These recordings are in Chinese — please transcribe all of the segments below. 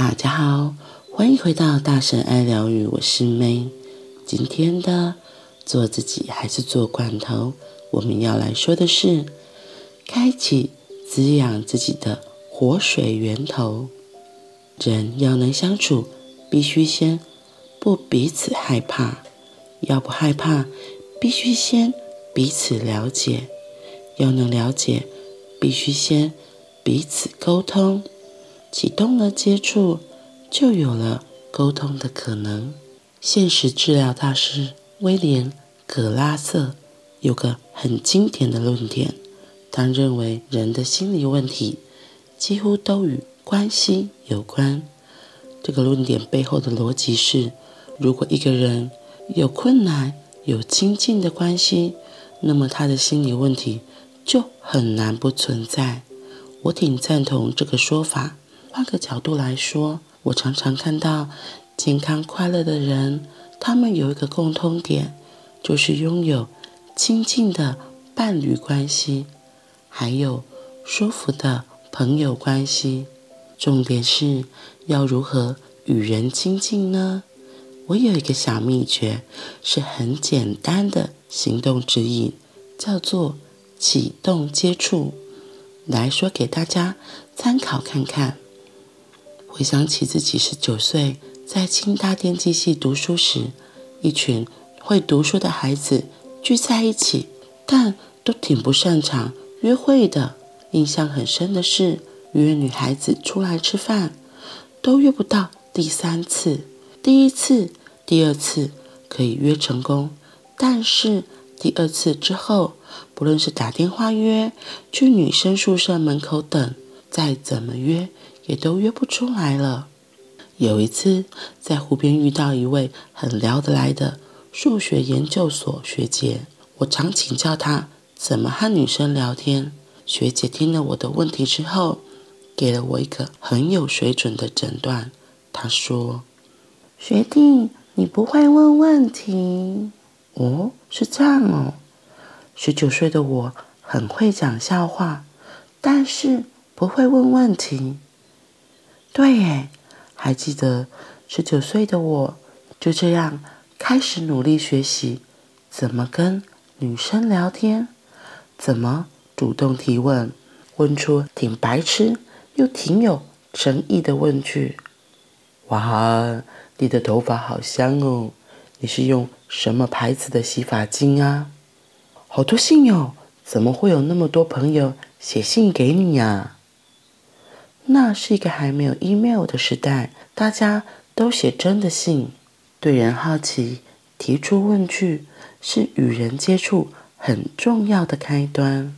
大家好，欢迎回到大神爱疗愈，我是 May。今天的做自己还是做罐头，我们要来说的是开启滋养自己的活水源头。人要能相处，必须先不彼此害怕，要不害怕，必须先彼此了解，要能了解，必须先彼此沟通。启动了接触，就有了沟通的可能。现实治疗大师威廉·葛拉瑟有个很经典的论点，他认为人的心理问题几乎都与关系有关。这个论点背后的逻辑是，如果一个人有困难、有亲近的关系，那么他的心理问题就很难不存在。我挺赞同这个说法。换个角度来说，我常常看到健康快乐的人，他们有一个共通点，就是拥有亲近的伴侣关系，还有舒服的朋友关系。重点是要如何与人亲近呢？我有一个小秘诀，是很简单的行动指引，叫做启动接触，来说给大家参考看看。回想起自己19岁在清大电机系读书时，一群会读书的孩子聚在一起，但都挺不擅长约会的。印象很深的是，约女孩子出来吃饭，都约不到第3次。第1次、第2次可以约成功，但是第2次之后，不论是打电话约、去女生宿舍门口等，再怎么约也都约不出来了。有一次在湖边遇到一位很聊得来的数学研究所学姐，我常请教她怎么和女生聊天。学姐听了我的问题之后，给了我一个很有水准的诊断。她说：学弟，你不会问问题。哦，是这样哦。19岁的我很会讲笑话，但是不会问问题。对耶，还记得19岁的我就这样开始努力学习怎么跟女生聊天，怎么主动提问，问出挺白痴又挺有诚意的问句。哇，你的头发好香哦，你是用什么牌子的洗发精啊？好多信哦，怎么会有那么多朋友写信给你啊？那是一个还没有 email 的时代，大家都写真的信。对人好奇，提出问句，是与人接触很重要的开端。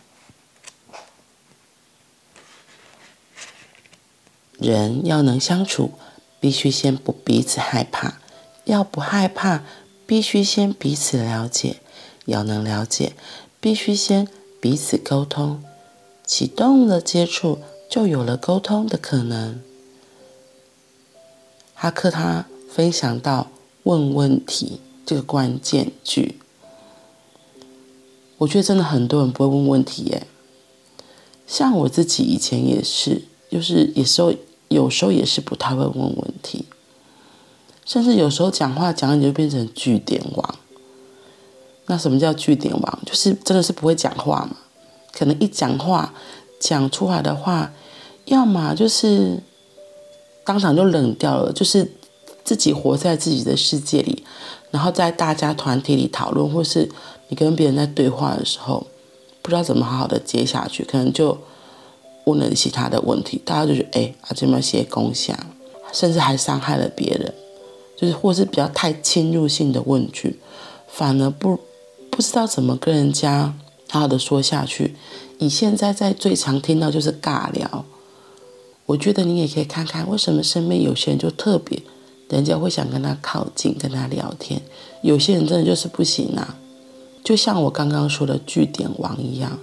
人要能相处，必须先不彼此害怕，要不害怕，必须先彼此了解，要能了解，必须先彼此沟通。启动了接触，就有了沟通的可能。哈克他分享到问问题这个关键句，我觉得真的很多人不会问问题耶。像我自己以前也是，就是有时候也是不太会问问题，甚至有时候讲话讲就变成句点王。那什么叫句点王？就是真的是不会讲话嘛，可能一讲话讲出来的话，要么就是当场就冷掉了，就是自己活在自己的世界里，然后在大家团体里讨论，或是你跟别人在对话的时候，不知道怎么好好的接下去，可能就问了其他的问题，大家就觉得这么些共享，甚至还伤害了别人，就是或是比较太侵入性的问句，反而不知道怎么跟人家好好的说下去。以现在在最常听到就是尬聊，我觉得你也可以看看为什么身边有些人就特别，人家会想跟他靠近，跟他聊天，有些人真的就是不行啊。就像我刚刚说的句点王一样，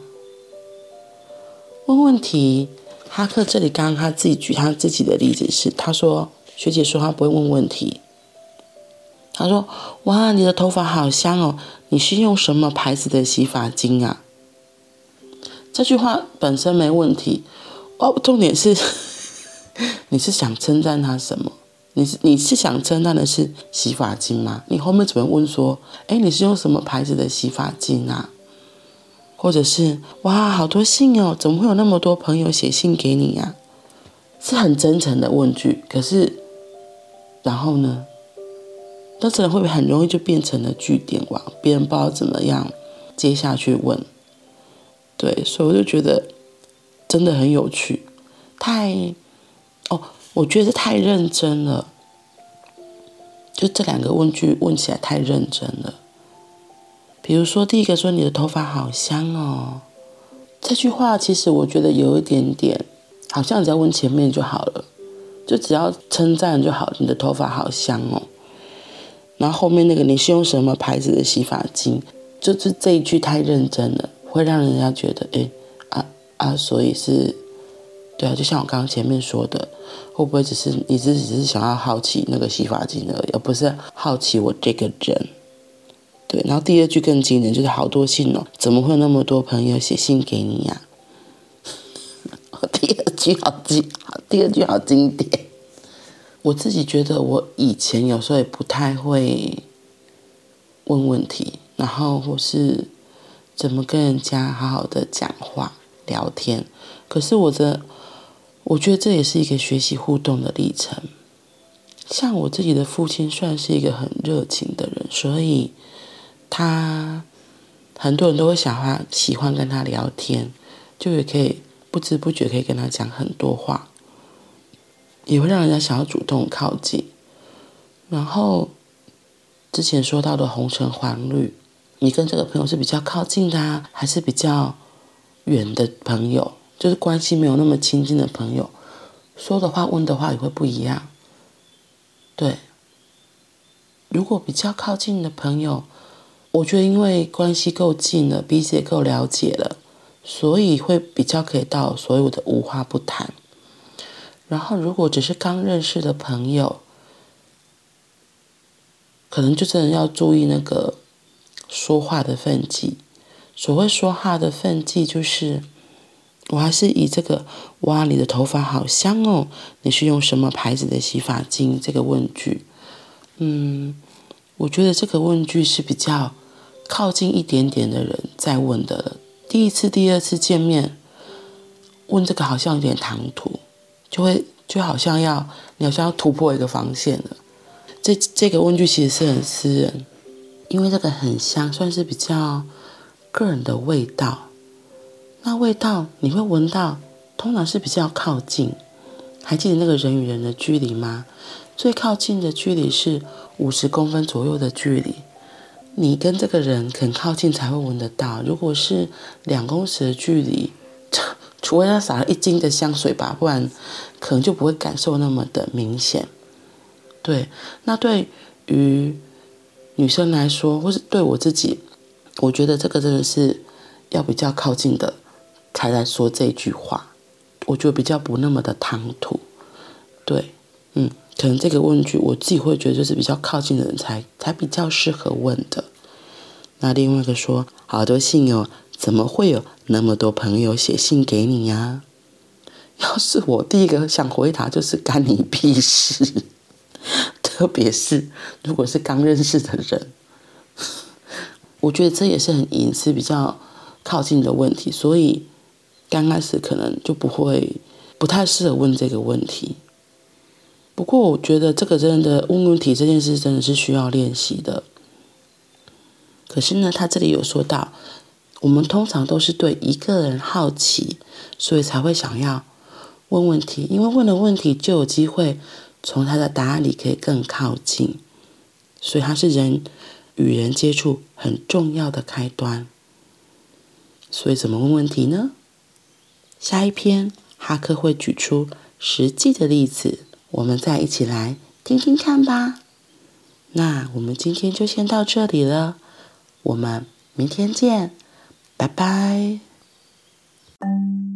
问问题。哈克这里刚刚他自己举他自己的例子是，他说学姐说他不会问问题，他说哇，你的头发好香哦，你是用什么牌子的洗发精啊？这句话本身没问题哦，重点是你是想称赞他什么？你是想称赞的是洗发精吗？你后面怎么问说，你是用什么牌子的洗发精啊？或者是哇，好多信哦，怎么会有那么多朋友写信给你呀？是很真诚的问句，可是然后呢？那这人会不会很容易就变成了句点王？别人不知道怎么样接下去问。对，所以我就觉得真的很有趣，我觉得是太认真了，就这2个问句问起来太认真了。比如说第一个说你的头发好香哦，这句话其实我觉得有一点点，好像只要问前面就好了，就只要称赞就好，你的头发好香哦。然后后面那个你是用什么牌子的洗发精，就是这一句太认真了，会让人家觉得所以是，对啊，就像我刚刚前面说的，会不会只是想要好奇那个洗发精而已，而不是好奇我这个人。对，然后第2句更惊人，就是好多信哦，怎么会有那么多朋友写信给你呀？第二句好经典。我自己觉得我以前有时候也不太会问问题，然后或是怎么跟人家好好的讲话聊天。可是我觉得这也是一个学习互动的历程。像我自己的父亲算是一个很热情的人，所以他很多人都会喜欢跟他聊天，就也可以不知不觉可以跟他讲很多话，也会让人家想要主动靠近。然后之前说到的红橙黄绿，你跟这个朋友是比较靠近的啊，还是比较远的朋友，就是关系没有那么亲近的朋友，说的话问的话也会不一样。对，如果比较靠近的朋友，我觉得因为关系够近了，彼此也够了解了，所以会比较可以到所有的无话不谈。然后如果只是刚认识的朋友，可能就真的要注意那个说话的分际。所谓说话的分际，就是我还是以这个哇，你的头发好香哦，你是用什么牌子的洗发精这个问句，我觉得这个问句是比较靠近一点点的人在问的了。第1次、第2次见面问这个好像有点唐突，就好像你好像要突破一个防线了。这个问句其实是很私人，因为这个很香，算是比较个人的味道。那味道你会闻到，通常是比较靠近。还记得那个人与人的距离吗？最靠近的距离是50公分左右的距离，你跟这个人很靠近才会闻得到。如果是2公尺的距离，除非他撒了1斤的香水吧，不然可能就不会感受那么的明显。对，那对于女生来说，或是对我自己，我觉得这个真的是要比较靠近的才来说这句话，我觉得比较不那么的唐突。对，可能这个问句我自己会觉得就是比较靠近的人才比较适合问的。那另外一个说，好多信哦，怎么会有那么多朋友写信给你呀？要是我第一个想回答就是干你屁事。特别是如果是刚认识的人，我觉得这也是很隐私、比较靠近的问题，所以刚开始可能就不太适合问这个问题。不过我觉得这个真的问问题这件事真的是需要练习的。可是呢，他这里有说到，我们通常都是对一个人好奇，所以才会想要问问题，因为问了问题就有机会从他的答案里可以更靠近，所以它是人与人接触很重要的开端。所以怎么问问题呢？下一篇哈克会举出实际的例子，我们再一起来听听看吧。那我们今天就先到这里了，我们明天见，拜拜。